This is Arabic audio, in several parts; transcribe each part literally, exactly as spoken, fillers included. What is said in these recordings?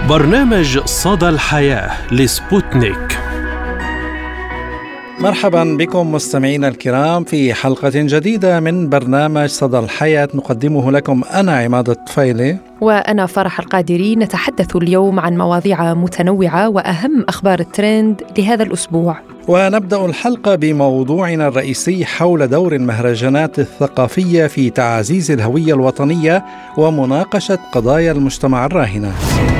برنامج صدى الحياة لسبوتنيك. مرحبا بكم مستمعينا الكرام في حلقة جديدة من برنامج صدى الحياة نقدمه لكم أنا عماد الطفيلي وأنا فرح القادري. نتحدث اليوم عن مواضيع متنوعة وأهم أخبار الترند لهذا الأسبوع. ونبدأ الحلقة بموضوعنا الرئيسي حول دور المهرجانات الثقافية في تعزيز الهوية الوطنية ومناقشة قضايا المجتمع الراهنة.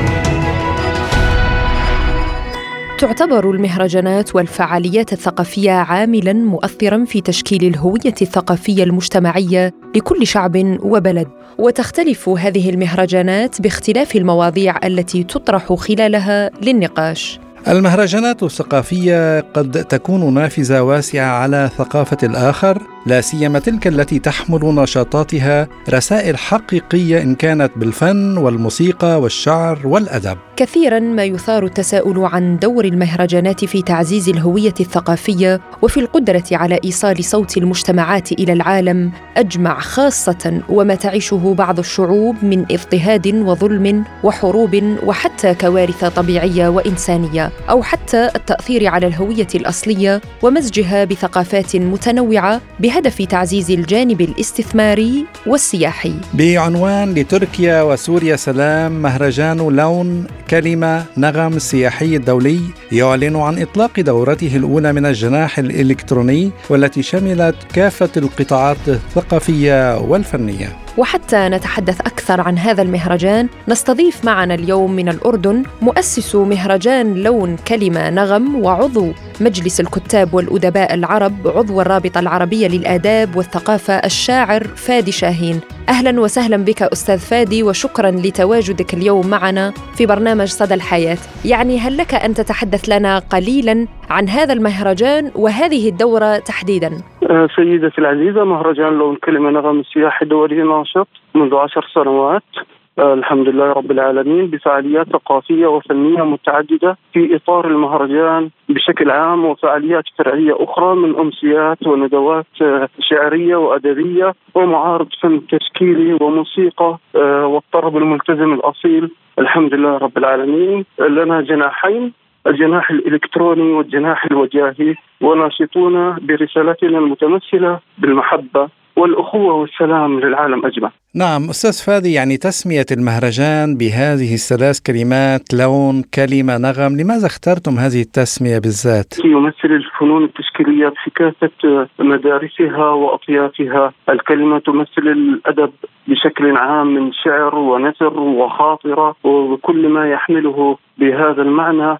تعتبر المهرجانات والفعاليات الثقافية عاملاً مؤثراً في تشكيل الهوية الثقافية المجتمعية لكل شعب وبلد، وتختلف هذه المهرجانات باختلاف المواضيع التي تطرح خلالها للنقاش. المهرجانات الثقافية قد تكون نافذة واسعة على ثقافة الآخر، لا سيما تلك التي تحمل نشاطاتها رسائل حقيقية إن كانت بالفن والموسيقى والشعر والأدب. كثيراً ما يثار التساؤل عن دور المهرجانات في تعزيز الهوية الثقافية وفي القدرة على إيصال صوت المجتمعات إلى العالم أجمع، خاصة وما تعيشه بعض الشعوب من اضطهاد وظلم وحروب وحتى كوارث طبيعية وإنسانية، أو حتى التأثير على الهوية الأصلية ومزجها بثقافات متنوعة بهدف تعزيز الجانب الاستثماري والسياحي. بعنوان لتركيا وسوريا سلام، مهرجان لون كلمة نغم السياحي الدولي يعلن عن إطلاق دورته الأولى من الجناح الإلكتروني، والتي شملت كافة القطاعات الثقافية والفنية. وحتى نتحدث أكثر عن هذا المهرجان نستضيف معنا اليوم من الأردن مؤسس مهرجان لون كلمة نغم وعضو مجلس الكتاب والأدباء العرب، عضو الرابطة العربية للآداب والثقافة، الشاعر فادي شاهين. أهلا وسهلا بك أستاذ فادي، وشكرا لتواجدك اليوم معنا في برنامج صدى الحياة. يعني هل لك أن تتحدث لنا قليلا عن هذا المهرجان وهذه الدورة تحديدا؟ سيدتي العزيزة، مهرجان لون كلمة نغم السياحي الدولي ناشط منذ عشر سنوات الحمد لله رب العالمين، بفعاليات ثقافية وفنية متعددة في إطار المهرجان بشكل عام، وفعاليات فرعية أخرى من أمسيات وندوات شعرية وأدبية ومعارض فن تشكيلي وموسيقى والطرب الملتزم الأصيل الحمد لله رب العالمين. لنا جناحين، الجناح الإلكتروني والجناح الوجاهي، وناشطون برسالتنا المتمثلة بالمحبة والأخوة والسلام للعالم أجمع. نعم أستاذ فادي، يعني تسمية المهرجان بهذه الثلاث كلمات لون كلمة نغم، لماذا اخترتم هذه التسمية بالذات؟ يمثل الفنون التشكيلية في كافة مدارسها وأطيافها. الكلمة تمثل الأدب بشكل عام من شعر ونثر وخاطرة وكل ما يحمله بهذا المعنى.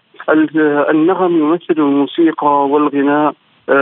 النغم يمثل الموسيقى والغناء،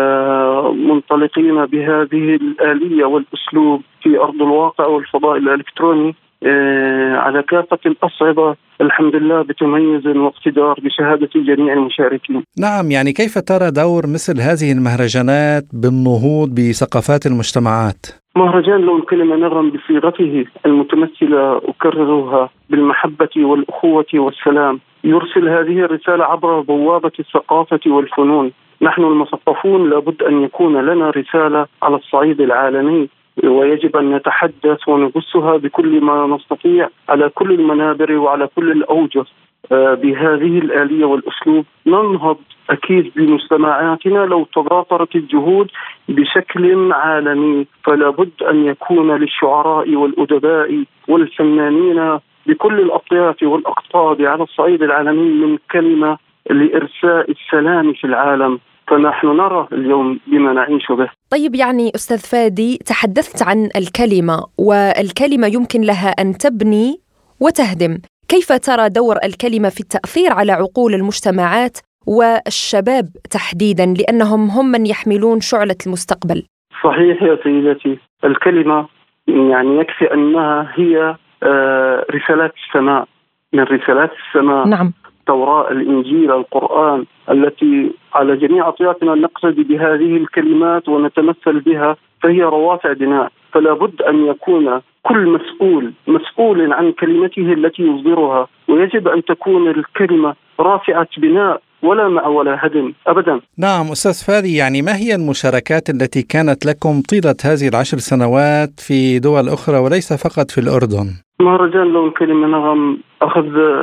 آه منطلقين بهذه الآلية والأسلوب في أرض الواقع والفضاء الإلكتروني آه على كافة الأصعدة الحمد لله بتميز واقتدار بشهادة جميع المشاركين. نعم، يعني كيف ترى دور مثل هذه المهرجانات بالنهوض بثقافات المجتمعات؟ مهرجان لون كلمة نغم بصيغته المتمثلة أكررها بالمحبة والأخوة والسلام يرسل هذه الرسالة عبر بوابة الثقافة والفنون. نحن المثقفون لابد أن يكون لنا رسالة على الصعيد العالمي، ويجب أن نتحدث ونبثها بكل ما نستطيع على كل المنابر وعلى كل الأوجه بهذه الآلية والأسلوب. ننهض أكيد بمجتمعاتنا لو تضافرت الجهود بشكل عالمي، فلا بد أن يكون للشعراء والأدباء والفنانين بكل الأطياف والأقطاب على الصعيد العالمي من كلمة لإرساء السلام في العالم، فنحن نرى اليوم بما نعيش به. طيب، يعني أستاذ فادي تحدثت عن الكلمة، والكلمة يمكن لها أن تبني وتهدم. كيف ترى دور الكلمة في التأثير على عقول المجتمعات والشباب تحديدا، لأنهم هم من يحملون شعلة المستقبل؟ صحيح يا سيدتي، الكلمة يعني يكفي أنها هي رسالات السماء، من رسالات السماء. نعم. التوراة، الإنجيل، القرآن، التي على جميع أطيافنا نقتدي بهذه الكلمات ونتمثل بها، فهي روافع بناء. فلا بد أن يكون كل مسؤول مسؤول عن كلمته التي يصدرها، ويجب أن تكون الكلمة رافعة بناء ولا مع ولا هدم أبدا. نعم أستاذ فادي، يعني ما هي المشاركات التي كانت لكم طيلة هذه العشر سنوات في دول أخرى وليس فقط في الأردن؟ مهرجان لون كلمة نغم أخذ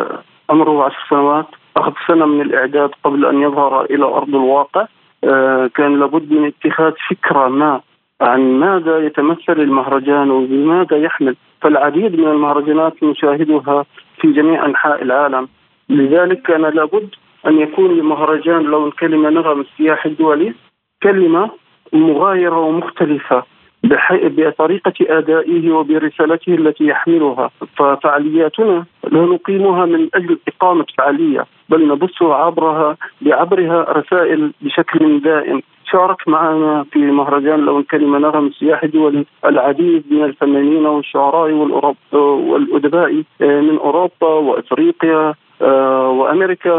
عمره عشر سنوات، أخذ سنة من الإعداد قبل أن يظهر إلى أرض الواقع. كان لابد من اتخاذ فكرة ما عن ماذا يتمثل المهرجان وبماذا يحمل، فالعديد من المهرجانات نشاهدها في جميع أنحاء العالم. لذلك كان لابد أن يكون لمهرجان لون كلمة نغم السياحي الدولي كلمة مغايرة ومختلفة بطريقة أدائه وبرسالته التي يحملها. ففعالياتنا لا نقيمها من أجل إقامة فعالية، بل نبث عبرها بعبرها رسائل بشكل دائم. شارك معنا في مهرجان لون كلمة نغم السياحي الدولي العديد من الفنانين والشعراء والأدباء من أوروبا وأفريقيا وأمريكا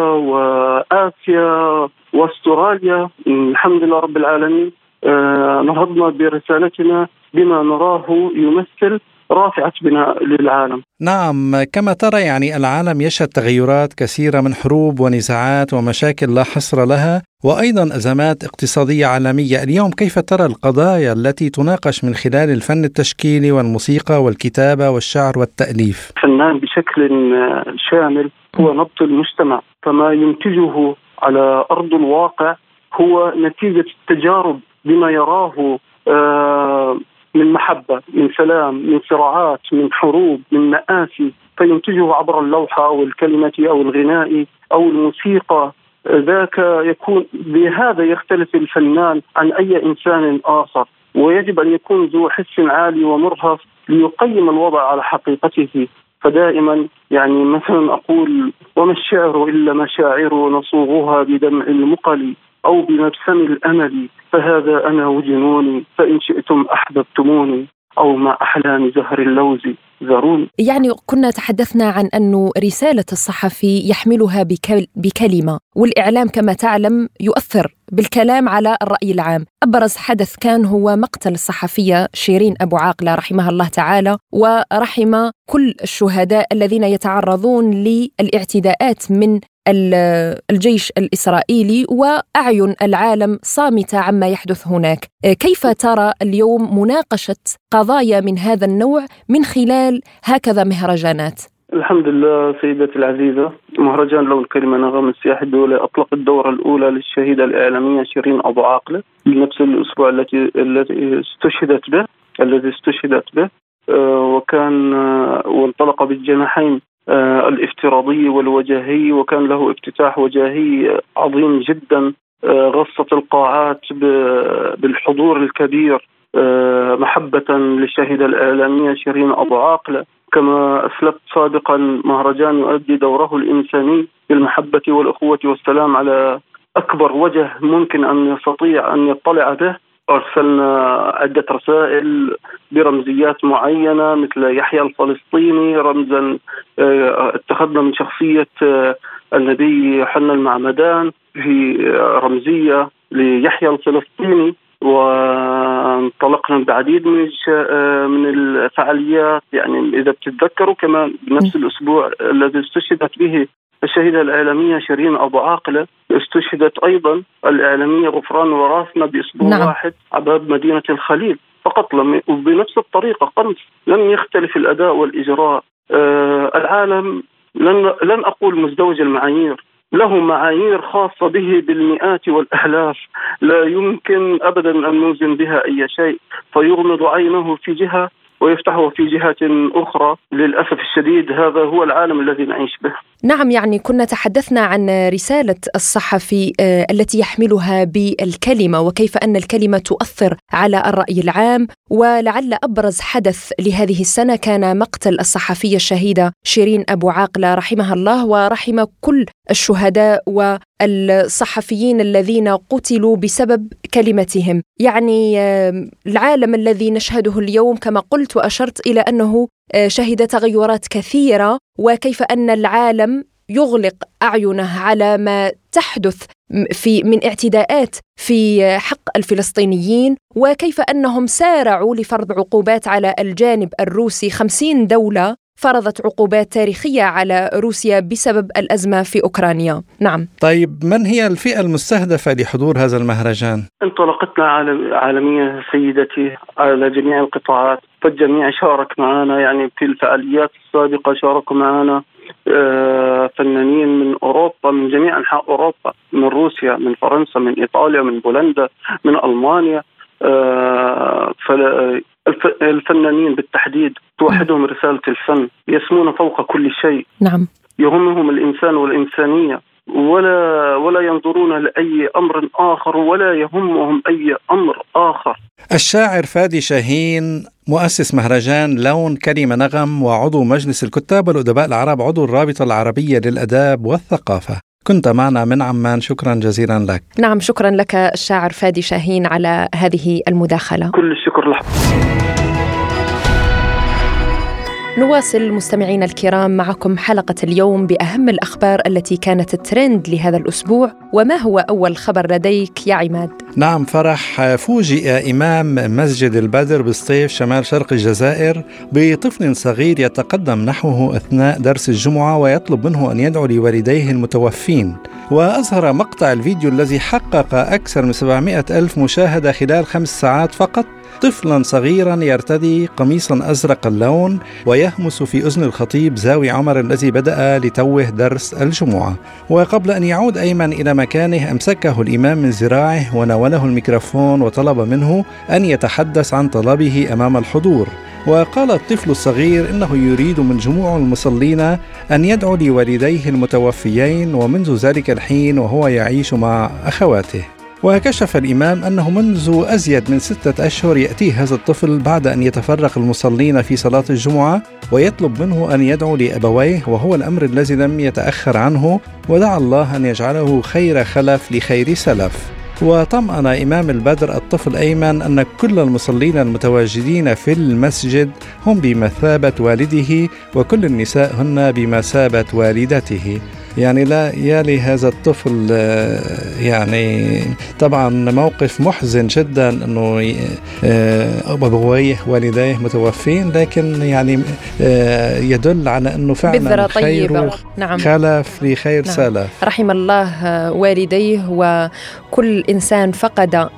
وآسيا واستراليا. الحمد لله رب العالمين نهضنا برسالتنا بما نراه يمثل رافعة بناء للعالم. نعم، كما ترى يعني العالم يشهد تغيرات كثيرة من حروب ونزاعات ومشاكل لا حصر لها، وأيضا أزمات اقتصادية عالمية. اليوم كيف ترى القضايا التي تناقش من خلال الفن التشكيلي والموسيقى والكتابة والشعر والتأليف؟ الفنان بشكل شامل هو نبض المجتمع، فما ينتجه على أرض الواقع هو نتيجة التجارب بما يراه من محبة، من سلام، من صراعات، من حروب، من مآسي، فينتجه عبر اللوحة أو الكلمة أو الغناء أو الموسيقى. ذاك يكون بهذا يختلف الفنان عن أي إنسان آخر، ويجب أن يكون ذو حس عالي ومرهف ليقيم الوضع على حقيقته. فدائما يعني مثلا أقول: وما الشعر إلا مشاعر نصوغها بدمع المقل أو بمبسم الأمل، فهذا أنا وجنوني، فإن شئتم أحببتموني، أو مع أحلام زهر اللوز ذروني. يعني كنا تحدثنا عن أنه رسالة الصحفي يحملها بكل بكلمة، والإعلام كما تعلم يؤثر بالكلام على الرأي العام. أبرز حدث كان هو مقتل الصحفية شيرين أبو عاقلة رحمها الله تعالى، ورحم كل الشهداء الذين يتعرضون للاعتداءات من الجيش الإسرائيلي، وأعين العالم صامتة عما يحدث هناك. كيف ترى اليوم مناقشة قضايا من هذا النوع من خلال هكذا مهرجانات؟ الحمد لله سيدتي العزيزة، مهرجان لون كلمة نغم السياحي الدولي أطلق الدورة الأولى للشهيدة الإعلامية شيرين أبو عاقلة بنفس الأسبوع التي التي استشهدت به الذي استشهدت به وكان وانطلق بالجناحين الافتراضي والوجاهي، وكان له افتتاح وجاهي عظيم جدا غصت القاعات بالحضور الكبير محبة للشهيدة الإعلامية شيرين أبو عاقلة. كما أسلفت سابقا، مهرجان يؤدي دوره الإنساني بالمحبة والأخوة والسلام على أكبر وجه ممكن أن يستطيع أن يطلع به. أرسلنا عدة رسائل برمزيات معينة مثل يحيى الفلسطيني رمزا، اتخذنا من شخصية النبي يوحنا المعمدان في رمزية ليحيى الفلسطيني، وانطلقنا بعديد من من الفعاليات. يعني إذا بتتذكروا كمان بنفس الأسبوع الذي استشهدت به الشهيدة الإعلامية شيرين أبو عاقلة، استشهدت أيضا الإعلامية غفران وراسنا بأسبوع نعم. واحد عباب مدينة الخليل فقط، لم وبنفس الطريقة قمص، لم يختلف الأداء والإجراء. آه العالم لن, لن أقول مزدوج المعايير، له معايير خاصة به بالمئات والألاف، لا يمكن أبدا أن نوزن بها أي شيء، فيغمض عينه في جهة ويفتحه في جهة أخرى. للأسف الشديد هذا هو العالم الذي نعيش به. نعم، يعني كنا تحدثنا عن رسالة الصحفي التي يحملها بالكلمة، وكيف أن الكلمة تؤثر على الرأي العام. ولعل أبرز حدث لهذه السنة كان مقتل الصحفية الشهيدة شيرين أبو عاقلة رحمها الله، ورحم كل الشهداء والصحفيين الذين قتلوا بسبب كلمتهم. يعني العالم الذي نشهده اليوم كما قلت وأشرت إلى أنه شهد تغيرات كثيرة، وكيف أن العالم يغلق أعينه على ما تحدث في من اعتداءات في حق الفلسطينيين، وكيف أنهم سارعوا لفرض عقوبات على الجانب الروسي. خمسين دولة فرضت عقوبات تاريخية على روسيا بسبب الأزمة في أوكرانيا. نعم. طيب، من هي الفئة المستهدفة لحضور هذا المهرجان؟ انطلقتنا عالمية سيدتي على جميع القطاعات، فالجميع شارك معنا. يعني في الفعاليات السابقة شاركوا معنا فنانين من أوروبا، من جميع أنحاء أوروبا، من روسيا، من فرنسا، من إيطاليا، من بولندا، من ألمانيا. فالفنانين بالتحديد توحدهم رسالة الفن، يسمون فوق كل شيء. نعم. يهمهم الإنسان والإنسانية، ولا ولا ينظرون لأي أمر آخر، ولا يهمهم أي أمر آخر. الشاعر فادي شاهين مؤسس مهرجان لون كلمة نغم وعضو مجلس الكتاب والأدباء العرب، عضو الرابطة العربية للأداب والثقافة، كنت معنا من عمان، شكرا جزيلا لك. نعم، شكرا لك الشاعر فادي شاهين على هذه المداخلة. كل الشكر لك. نواصل مستمعينا الكرام معكم حلقة اليوم بأهم الأخبار التي كانت الترند لهذا الأسبوع. وما هو أول خبر لديك يا عماد؟ نعم فرح، فوجئ إمام مسجد البدر بالصيف شمال شرق الجزائر بطفل صغير يتقدم نحوه أثناء درس الجمعة ويطلب منه أن يدعو لوالديه المتوفين. وأظهر مقطع الفيديو الذي حقق أكثر من سبعمائة ألف مشاهدة خلال خمس ساعات فقط طفلا صغيرا يرتدي قميصا أزرق اللون ويهمس في أذن الخطيب زاوي عمر الذي بدأ لتوه درس الجمعة. وقبل أن يعود أيمن إلى مكانه أمسكه الإمام من ذراعه وناوله الميكروفون وطلب منه أن يتحدث عن طلبه أمام الحضور. وقال الطفل الصغير إنه يريد من جموع المصلين أن يدعو لوالديه المتوفيين، ومنذ ذلك الحين وهو يعيش مع أخواته. وكشف الإمام أنه منذ أزيد من ستة أشهر يأتي هذا الطفل بعد أن يتفرق المصلين في صلاة الجمعة ويطلب منه أن يدعو لأبويه، وهو الأمر الذي لم يتأخر عنه، ودعا الله أن يجعله خير خلف لخير سلف. وطمأن إمام البدر الطفل أيمن أن كل المصلين المتواجدين في المسجد هم بمثابة والده، وكل النساء هن بمثابة والدته. يعني لا يالي هذا الطفل، يعني طبعا موقف محزن جدا أنه أبويه والديه متوفين، لكن يعني يدل على أنه فعلا خير نعم. خلف لخير نعم. سلف. رحم الله والديه، وكل إنسان فقد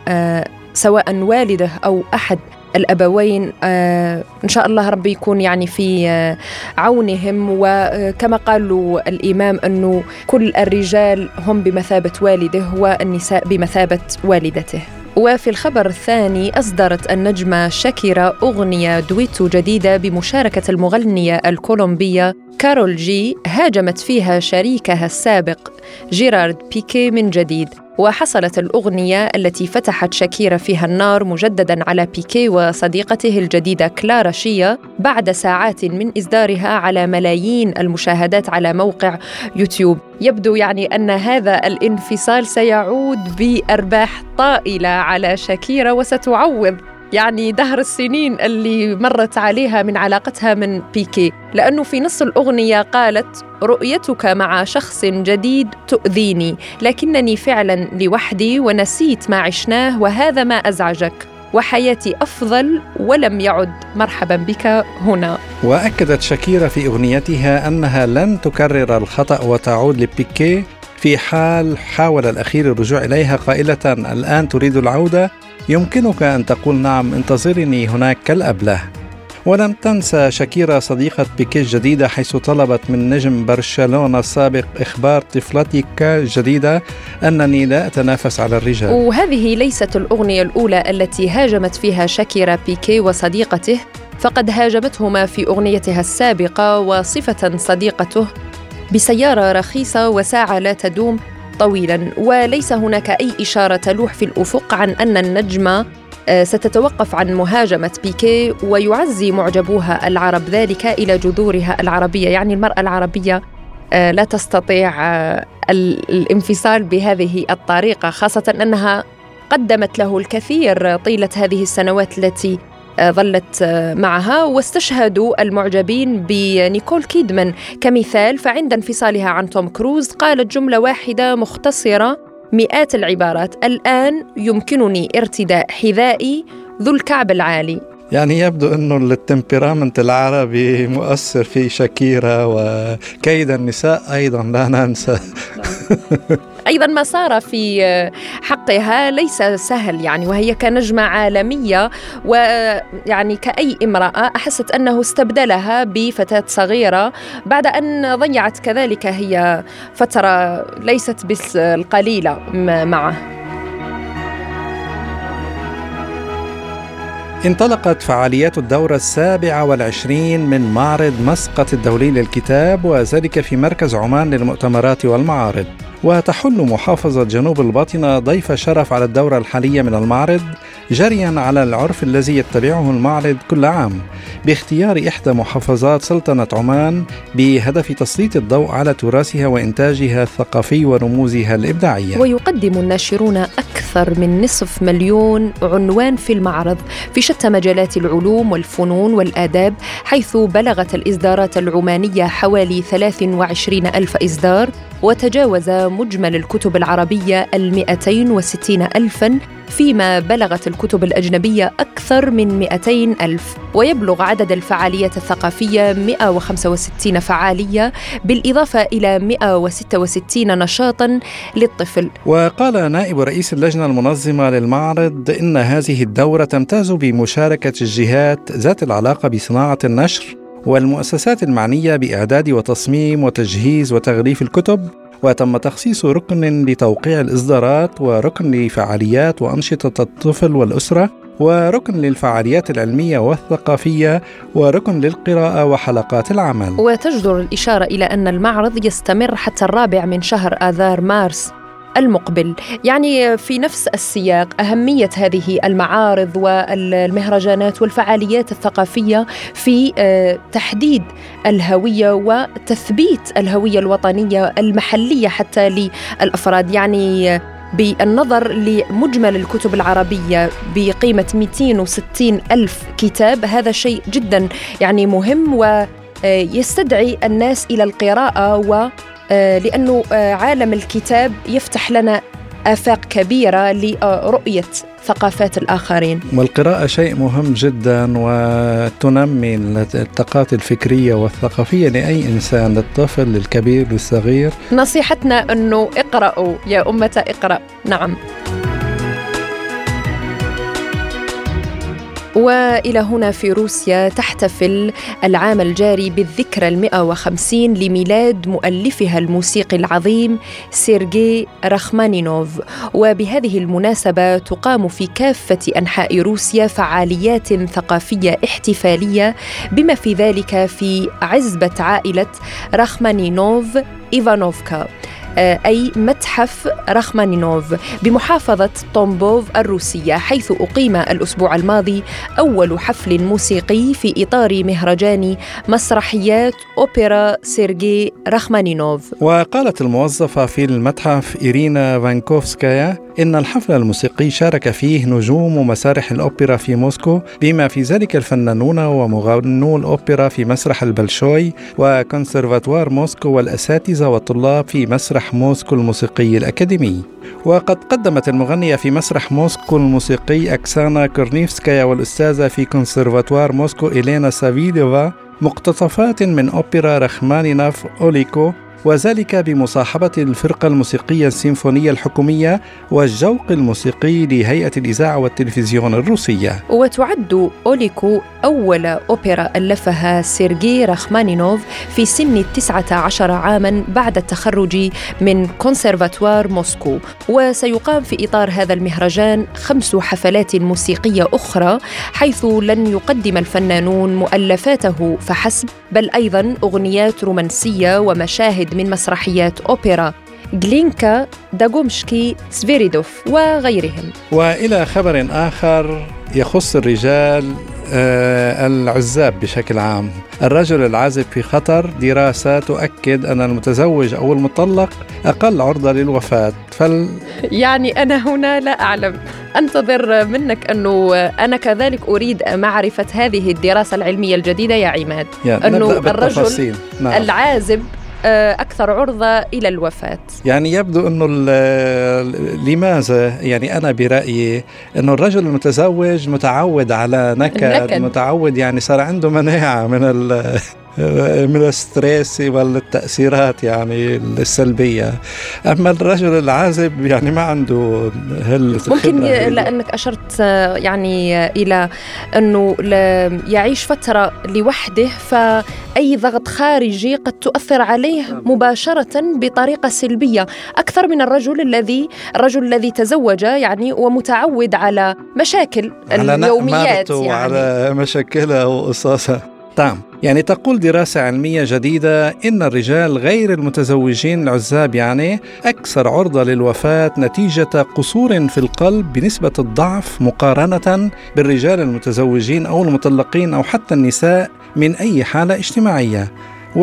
سواء والده أو أحد الأبوين آه إن شاء الله ربي يكون يعني في آه عونهم. وكما قالوا الإمام أنه كل الرجال هم بمثابة والده والنساء بمثابة والدته. وفي الخبر الثاني، أصدرت النجمة شاكيرا أغنية دويتو جديدة بمشاركة المغنية الكولومبية كارول جي، هاجمت فيها شريكها السابق جيرارد بيكي من جديد. وحصلت الأغنية التي فتحت شاكيرا فيها النار مجدداً على بيكي وصديقته الجديدة كلارا شيا بعد ساعات من إصدارها على ملايين المشاهدات على موقع يوتيوب. يبدو يعني أن هذا الانفصال سيعود بأرباح طائلة على شاكيرا، وستعوض يعني دهر السنين اللي مرت عليها من علاقتها من بيكي، لأنه في نص الأغنية قالت: رؤيتك مع شخص جديد تؤذيني، لكنني فعلا لوحدي ونسيت ما عشناه وهذا ما أزعجك، وحياتي أفضل ولم يعد مرحبا بك هنا. وأكدت شاكيرا في أغنيتها أنها لن تكرر الخطأ وتعود لبيكي في حال حاول الأخير الرجوع إليها، قائلة: الآن تريد العودة؟ يمكنك أن تقول نعم، انتظرني هناك كالأبله. ولم تنسى شاكيرا صديقة بيكي الجديدة، حيث طلبت من نجم برشلونة السابق إخبار طفلتك الجديدة أنني لا أتنافس على الرجال. وهذه ليست الأغنية الأولى التي هاجمت فيها شاكيرا بيكي وصديقته، فقد هاجمتهما في أغنيتها السابقة وصفة صديقته بسيارة رخيصة وساعة لا تدوم طويلا. وليس هناك أي إشارة تلوح في الأفق عن أن النجمة ستتوقف عن مهاجمة بيكي، ويعزي معجبوها العرب ذلك إلى جذورها العربية. يعني المرأة العربية لا تستطيع الانفصال بهذه الطريقة، خاصة أنها قدمت له الكثير طيلة هذه السنوات التي ظلت معها. واستشهدوا المعجبين بنيكول كيدمان كمثال، فعند انفصالها عن توم كروز قالت جملة واحدة مختصرة مئات العبارات: الآن يمكنني ارتداء حذائي ذو الكعب العالي. يعني يبدو أنه التمبرامنت العربي مؤثر في شاكيرا وكيد النساء أيضا لا ننسى. أيضا ما صار في حقها ليس سهل يعني، وهي كنجمة عالمية ويعني كأي امرأة أحست أنه استبدلها بفتاة صغيرة بعد أن ضيعت كذلك هي فترة ليست بالقليلة معه. انطلقت فعاليات الدورة السابعة والعشرين من معرض مسقط الدولي للكتاب، وذلك في مركز عمان للمؤتمرات والمعارض. وتحل محافظة جنوب الباطنة ضيف شرف على الدورة الحالية من المعرض، جريا على العرف الذي يتبعه المعرض كل عام باختيار إحدى محافظات سلطنة عمان بهدف تسليط الضوء على تراثها وإنتاجها الثقافي ورموزها الإبداعية. ويقدم الناشرون أكثر من نصف مليون عنوان في المعرض في شتى مجالات العلوم والفنون والآداب، حيث بلغت الإصدارات العمانية حوالي ثلاث وعشرين ألف إصدار، وتجاوز مجمل الكتب العربية المئتين وستين ألفاً، فيما بلغت الكتب الأجنبية أكثر من مئتين ألف. ويبلغ عدد الفعاليات الثقافية مئة وخمسة وستين فعالية، بالإضافة إلى مئة وستة وستين نشاطاً للطفل. وقال نائب رئيس اللجنة المنظمة للمعرض إن هذه الدورة تمتاز بمشاركة الجهات ذات العلاقة بصناعة النشر والمؤسسات المعنية بإعداد وتصميم وتجهيز وتغليف الكتب، وتم تخصيص ركن لتوقيع الإصدارات، وركن لفعاليات وأنشطة الطفل والأسرة، وركن للفعاليات العلمية والثقافية، وركن للقراءة وحلقات العمل. وتجدر الإشارة إلى أن المعرض يستمر حتى الرابع من شهر آذار مارس المقبل. يعني في نفس السياق أهمية هذه المعارض والمهرجانات والفعاليات الثقافية في تحديد الهوية وتثبيت الهوية الوطنية المحلية حتى للأفراد. يعني بالنظر لمجمل الكتب العربية بقيمة مئتين وستين ألف كتاب، هذا شيء جدا يعني مهم ويستدعي الناس إلى القراءة، و لأنه عالم الكتاب يفتح لنا آفاق كبيرة لرؤية ثقافات الآخرين. والقراءة شيء مهم جدا، وتنمي الطاقات الفكرية والثقافية لأي إنسان، للطفل للكبير للصغير. نصيحتنا أنه اقرأوا يا أمة اقرأ. نعم. وإلى هنا في روسيا تحتفل العام الجاري بالذكرى المئة وخمسين لميلاد مؤلفها الموسيقي العظيم سيرغي راخمانينوف، وبهذه المناسبة تقام في كافة أنحاء روسيا فعاليات ثقافية احتفالية، بما في ذلك في عزبة عائلة راخمانينوف إيفانوفكا، أي متحف راخمانينوف بمحافظة طومبوف الروسية، حيث أقيم الأسبوع الماضي أول حفل موسيقي في إطار مهرجان مسرحيات أوبرا سيرغي راخمانينوف. وقالت الموظفة في المتحف إيرينا فانكوفسكايا إن الحفل الموسيقي شارك فيه نجوم مسارح الأوبرا في موسكو، بما في ذلك الفنانون ومغنو الأوبرا في مسرح البلشوي وكونسرفاتوار موسكو، والأساتذة والطلاب في مسرح موسكو الموسيقي الأكاديمي. وقد قدمت المغنية في مسرح موسكو الموسيقي أكسانا كورنيفسكايا والأستاذة في كونسرفاتوار موسكو إلينا سافيدوفا مقتطفات من أوبرا راخمانينوف أوليكو، وذلك بمصاحبة الفرقة الموسيقية السيمفونية الحكومية والجوق الموسيقي لهيئة الإذاعة والتلفزيون الروسية. وتعد أوليكو أول أوبرا ألفها سيرغي راخمانينوف في سن تسعة عشر عاماً بعد التخرج من كونسرفاتوار موسكو. وسيقام في إطار هذا المهرجان خمس حفلات موسيقية أخرى، حيث لن يقدم الفنانون مؤلفاته فحسب، بل أيضاً أغنيات رومانسية ومشاهد من مسرحيات أوبرا غلينكا، داغومشكي، سفيريدوف وغيرهم. وإلى خبر آخر يخص الرجال آه العزاب بشكل عام. الرجل العازب في خطر. دراسة تؤكد أن المتزوج أو المطلق أقل عرضة للوفاة. فل... يعني أنا هنا لا أعلم، أنتظر منك أنه أنا كذلك أريد معرفة هذه الدراسة العلمية الجديدة يا عماد، يعني أنه الرجل نعم. العازب أكثر عرضة إلى الوفاة. يعني يبدو أنه لماذا يعني أنا برأيي أنه الرجل المتزوج متعود على نكد, النكد. متعود يعني صار عنده مناعة من ال من الستريس والتأثيرات يعني السلبية. أما الرجل العازب يعني ما عنده هل ممكن ي... لأنك أشرت يعني إلى أنه يعيش فترة لوحده، فأي ضغط خارجي قد تؤثر عليه مباشرة بطريقة سلبية أكثر من الرجل الذي الرجل الذي تزوج يعني ومتعود على مشاكل على اليوميات يعني على مشاكلها وقصصها. تمام. يعني تقول دراسة علمية جديدة إن الرجال غير المتزوجين العزاب يعني أكثر عرضة للوفاة نتيجة قصور في القلب بنسبة الضعف مقارنة بالرجال المتزوجين أو المطلقين أو حتى النساء من أي حالة اجتماعية.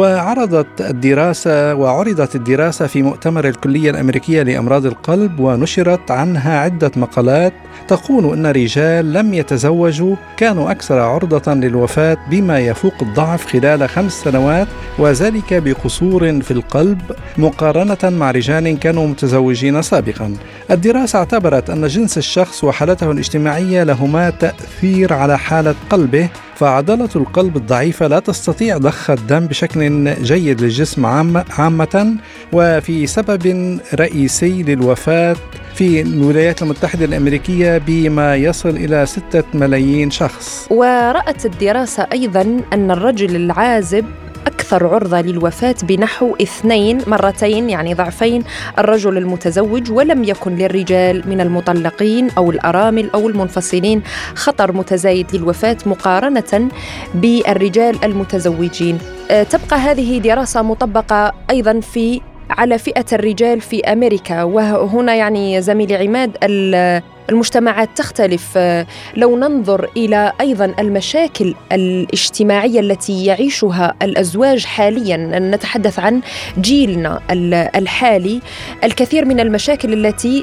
وعرضت الدراسة وعرضت الدراسة في مؤتمر الكلية الأمريكية لأمراض القلب، ونشرت عنها عدة مقالات تقول أن رجال لم يتزوجوا كانوا أكثر عرضة للوفاة بما يفوق الضعف خلال خمس سنوات، وذلك بقصور في القلب مقارنة مع رجال كانوا متزوجين سابقا. الدراسة اعتبرت أن جنس الشخص وحالته الاجتماعية لهما تأثير على حالة قلبه، فعضلة القلب الضعيفة لا تستطيع ضخ الدم بشكل جيد للجسم عامة، وفي سبب رئيسي للوفاة في الولايات المتحدة الأمريكية بما يصل إلى ستة ملايين شخص. ورأت الدراسة أيضا أن الرجل العازب أكثر عرضة للوفاة بنحو اثنين مرتين يعني ضعفين الرجل المتزوج، ولم يكن للرجال من المطلقين أو الأرامل أو المنفصلين خطر متزايد للوفاة مقارنة بالرجال المتزوجين. تبقى هذه دراسة مطبقة أيضا في على فئة الرجال في أمريكا. وهنا يعني زميلي عماد المجتمعات تختلف. لو ننظر إلى أيضا المشاكل الاجتماعية التي يعيشها الأزواج حاليا، نتحدث عن جيلنا الحالي، الكثير من المشاكل التي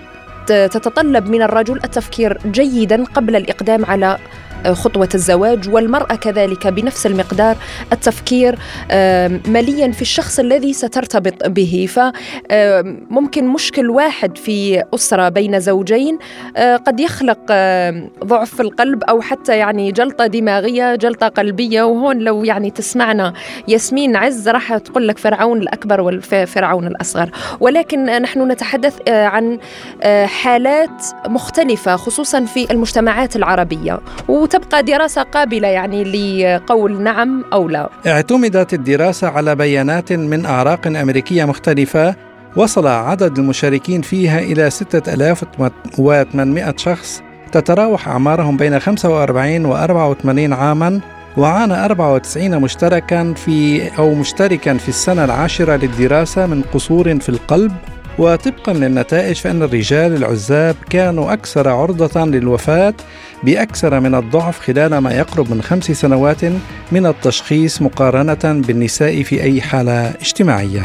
تتطلب من الرجل التفكير جيدا قبل الإقدام على خطوة الزواج، والمرأة كذلك بنفس المقدار التفكير مليا في الشخص الذي سترتبط به. فممكن مشكل واحد في أسرة بين زوجين قد يخلق ضعف في القلب أو حتى يعني جلطة دماغية، جلطة قلبية. وهون لو يعني تسمعنا ياسمين عز راح تقول لك فرعون الأكبر والفرعون الأصغر، ولكن نحن نتحدث عن حالات مختلفة خصوصا في المجتمعات العربية، وتبقى دراسة قابلة يعني لقول نعم أو لا. اعتمدت الدراسة على بيانات من أعراق أمريكية مختلفة، وصل عدد المشاركين فيها إلى ستة آلاف وثمانمائة شخص تتراوح أعمارهم بين خمسة وأربعين وأربعة وثمانين عاماً، وعانى أربعة وتسعين مشتركاً في أو مشتركاً في السنة العاشرة للدراسة من قصور في القلب. وطبقاً للنتائج فإن الرجال العزاب كانوا أكثر عرضة للوفاة بأكثر من الضعف خلال ما يقرب من خمس سنوات من التشخيص مقارنة بالنساء في أي حالة اجتماعية.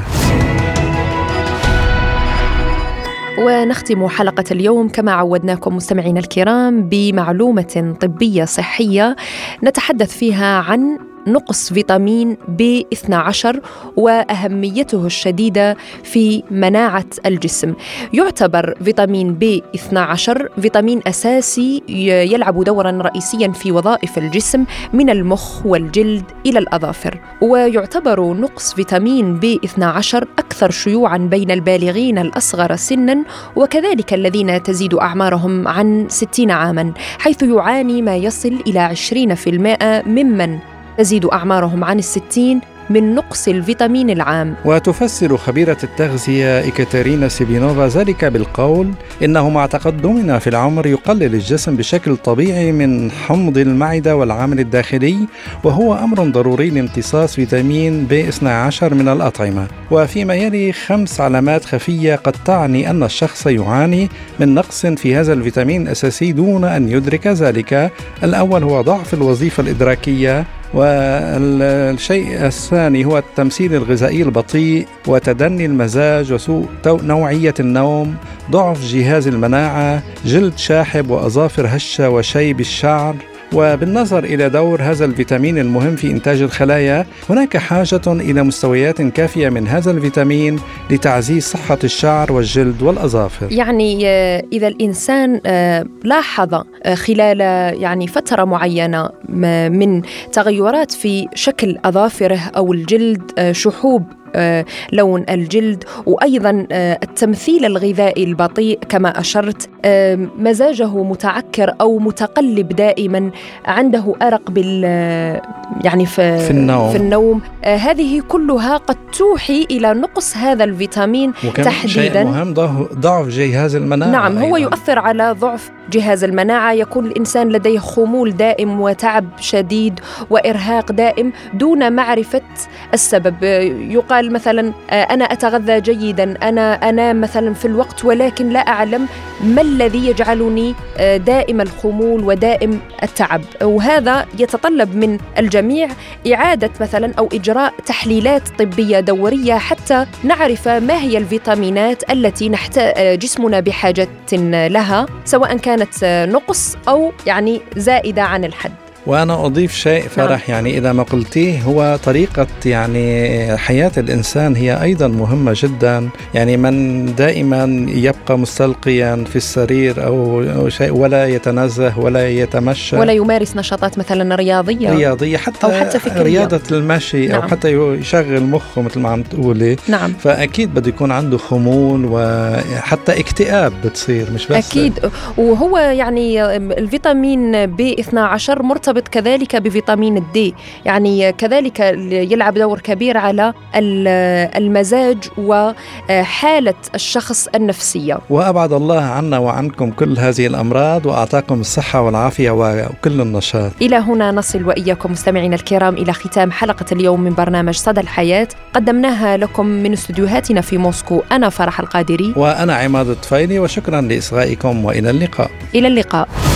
ونختم حلقة اليوم كما عودناكم مستمعينا الكرام بمعلومة طبية صحية نتحدث فيها عن نقص فيتامين بي اثني عشر وأهميته الشديدة في مناعة الجسم. يعتبر فيتامين بي اثني عشر فيتامين أساسي يلعب دورا رئيسيا في وظائف الجسم من المخ والجلد إلى الأظافر. ويعتبر نقص فيتامين بي اثني عشر أكثر شيوعا بين البالغين الأصغر سنا وكذلك الذين تزيد أعمارهم عن ستين عاما، حيث يعاني ما يصل إلى عشرين بالمئة ممن تزيد أعمارهم عن الستين من نقص الفيتامين العام. وتفسر خبيرة التغذية إكاترينا سيبينوفا ذلك بالقول إنه مع تقدمنا في العمر يقلل الجسم بشكل طبيعي من حمض المعدة والعامل الداخلي، وهو أمر ضروري لامتصاص فيتامين بي اثني عشر من الأطعمة. وفيما يلي خمس علامات خفية قد تعني أن الشخص يعاني من نقص في هذا الفيتامين الأساسي دون أن يدرك ذلك. الأول هو ضعف الوظيفة الإدراكية، والشيء الثاني هو التمثيل الغذائي البطيء وتدني المزاج وسوء نوعية النوم، ضعف جهاز المناعة، جلد شاحب وأظافر هشة وشيب الشعر، وبالنظر إلى دور هذا الفيتامين المهم في إنتاج الخلايا، هناك حاجة إلى مستويات كافية من هذا الفيتامين لتعزيز صحة الشعر والجلد والأظافر. يعني إذا الإنسان لاحظ خلال يعني فترة معينة من تغيرات في شكل أظافره أو الجلد، شحوب لون الجلد، وأيضا التمثيل الغذائي البطيء كما أشرت، مزاجه متعكر أو متقلب دائما، عنده أرق بال يعني في, في النوم, في النوم. هذه كلها قد توحي إلى نقص هذا الفيتامين تحديدا. شيء مهم ضعف جهاز المناعة. نعم، هو يؤثر على ضعف جهاز المناعة. يكون الإنسان لديه خمول دائم وتعب شديد وإرهاق دائم دون معرفة السبب. يقال مثلا أنا أتغذى جيدا، أنا أنام مثلا في الوقت، ولكن لا أعلم ما الذي يجعلني دائم الخمول ودائم التعب. وهذا يتطلب من الجميع إعادة مثلا أو إجراء تحليلات طبية دورية حتى نعرف ما هي الفيتامينات التي نحتاج جسمنا بحاجة لها، سواء كانت نقص أو يعني زائدة عن الحد. وأنا أضيف شيء فرح، يعني إذا ما قلتيه، هو طريقة يعني حياة الإنسان هي أيضا مهمة جدا. يعني من دائما يبقى مستلقيا في السرير أو شيء، ولا يتنزه ولا يتمشى ولا يمارس نشاطات مثلا رياضية رياضية حتى, أو حتى فكرية، رياضة المشي. نعم. أو حتى يشغل مخه مثل ما عم تقولي. نعم. فأكيد بده يكون عنده خمول وحتى اكتئاب بتصير، مش بس أكيد. وهو يعني الفيتامين بي اثني عشر مرتبط كذلك بفيتامين الدي، يعني كذلك يلعب دور كبير على المزاج وحالة الشخص النفسية. وأبعد الله عنا وعنكم كل هذه الأمراض، وأعطاكم الصحة والعافية وكل النشاط. إلى هنا نصل وإياكم مستمعين الكرام إلى ختام حلقة اليوم من برنامج صدى الحياة، قدمناها لكم من استديوهاتنا في موسكو. أنا فرح القادري وأنا عماد الطفيلي، وشكرا لإصغائكم وإلى اللقاء. إلى اللقاء.